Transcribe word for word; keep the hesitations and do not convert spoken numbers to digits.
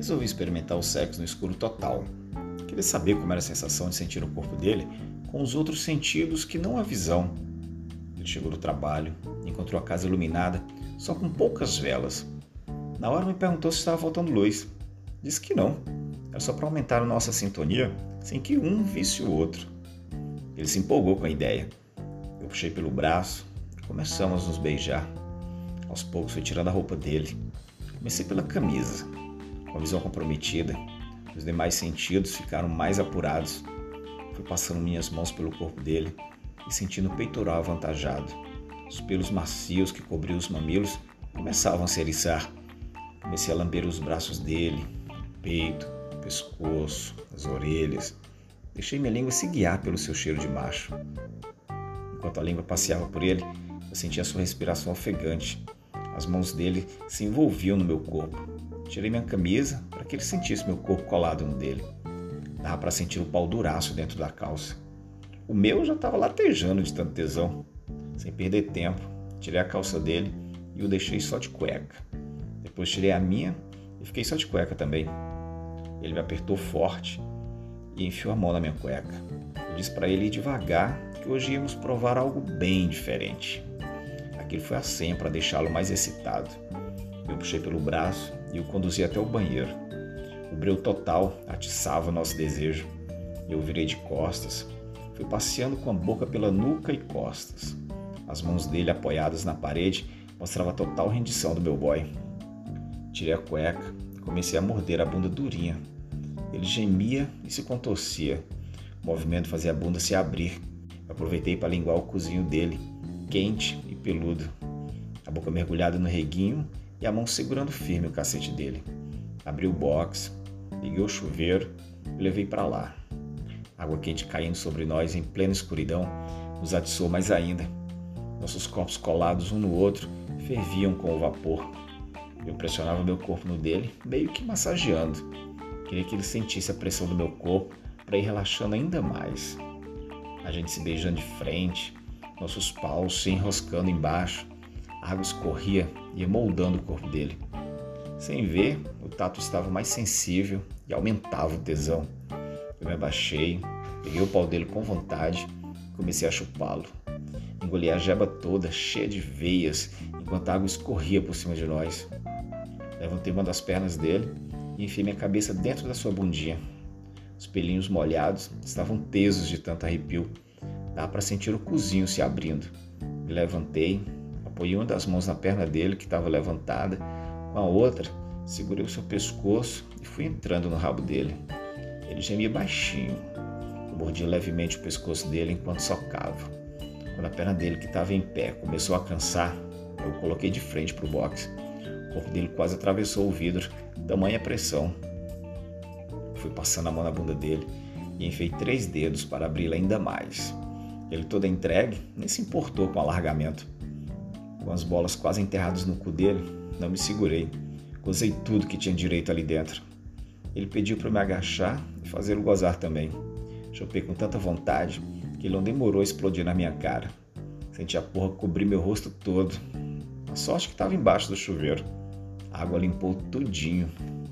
Resolvi experimentar o sexo no escuro total. Queria saber como era a sensação de sentir o corpo dele com os outros sentidos que não a visão. Ele chegou do trabalho, encontrou a casa iluminada, só com poucas velas. Na hora me perguntou se estava faltando luz. Disse que não, era só para aumentar a nossa sintonia, sem que um visse o outro. Ele se empolgou com a ideia. Eu puxei pelo braço e começamos a nos beijar. Aos poucos fui tirando a roupa dele. Comecei pela camisa. Com a visão comprometida, os demais sentidos ficaram mais apurados. Fui passando minhas mãos pelo corpo dele e sentindo o peitoral avantajado. Os pelos macios que cobriam os mamilos começavam a se eriçar. Comecei a lamber os braços dele, o peito, o pescoço, as orelhas. Deixei minha língua se guiar pelo seu cheiro de macho. Enquanto a língua passeava por ele, eu sentia sua respiração ofegante. As mãos dele se envolviam no meu corpo. Tirei minha camisa para que ele sentisse meu corpo colado no dele. Dava para sentir o pau duraço dentro da calça. O meu já estava latejando de tanto tesão. Sem perder tempo, tirei a calça dele e o deixei só de cueca. Depois tirei a minha e fiquei só de cueca também. Ele me apertou forte e enfiou a mão na minha cueca. Eu disse para ele ir devagar, que hoje íamos provar algo bem diferente. Aquilo foi a senha para deixá-lo mais excitado. Eu puxei pelo braço e o conduzi até o banheiro. O breu total atiçava nosso desejo. Eu o virei de costas. Fui passeando com a boca pela nuca e costas. As mãos dele apoiadas na parede mostravam a total rendição do meu boy. Tirei a cueca e comecei a morder a bunda durinha. Ele gemia e se contorcia. O movimento fazia a bunda se abrir. Eu aproveitei para linguar o cozinho dele, quente e peludo. A boca mergulhada no reguinho e a mão segurando firme o cacete dele. Abri o box, liguei o chuveiro e levei para lá. A água quente caindo sobre nós em plena escuridão nos atiçou mais ainda. Nossos corpos colados um no outro ferviam com o vapor. Eu pressionava meu corpo no dele, meio que massageando. Queria que ele sentisse a pressão do meu corpo para ir relaxando ainda mais. A gente se beijando de frente, nossos paus se enroscando embaixo. A água escorria e ia moldando o corpo dele. Sem ver, o tato estava mais sensível e aumentava o tesão. Eu me abaixei, peguei o pau dele com vontade e comecei a chupá-lo. Engoli a jeba toda, cheia de veias, enquanto a água escorria por cima de nós. Levantei uma das pernas dele e enfiei minha cabeça dentro da sua bundinha. Os pelinhos molhados estavam tesos de tanto arrepio. Dava para sentir o cozinho se abrindo. Me levantei, apoiei uma das mãos na perna dele, que estava levantada. Com a outra, segurei o seu pescoço e fui entrando no rabo dele. Ele gemia baixinho. Eu mordi levemente o pescoço dele enquanto socava. Quando a perna dele, que estava em pé, começou a cansar, eu o coloquei de frente para o box. O corpo dele quase atravessou o vidro, tamanha pressão. Fui passando a mão na bunda dele e enfiei três dedos para abri-la ainda mais. Ele, todo entregue, nem se importou com o alargamento. Com as bolas quase enterradas no cu dele, não me segurei. Gozei tudo que tinha direito ali dentro. Ele pediu para me agachar e fazê-lo gozar também. Chupei com tanta vontade que ele não demorou a explodir na minha cara. Senti a porra cobrir meu rosto todo. A sorte que estava embaixo do chuveiro. A água limpou tudinho.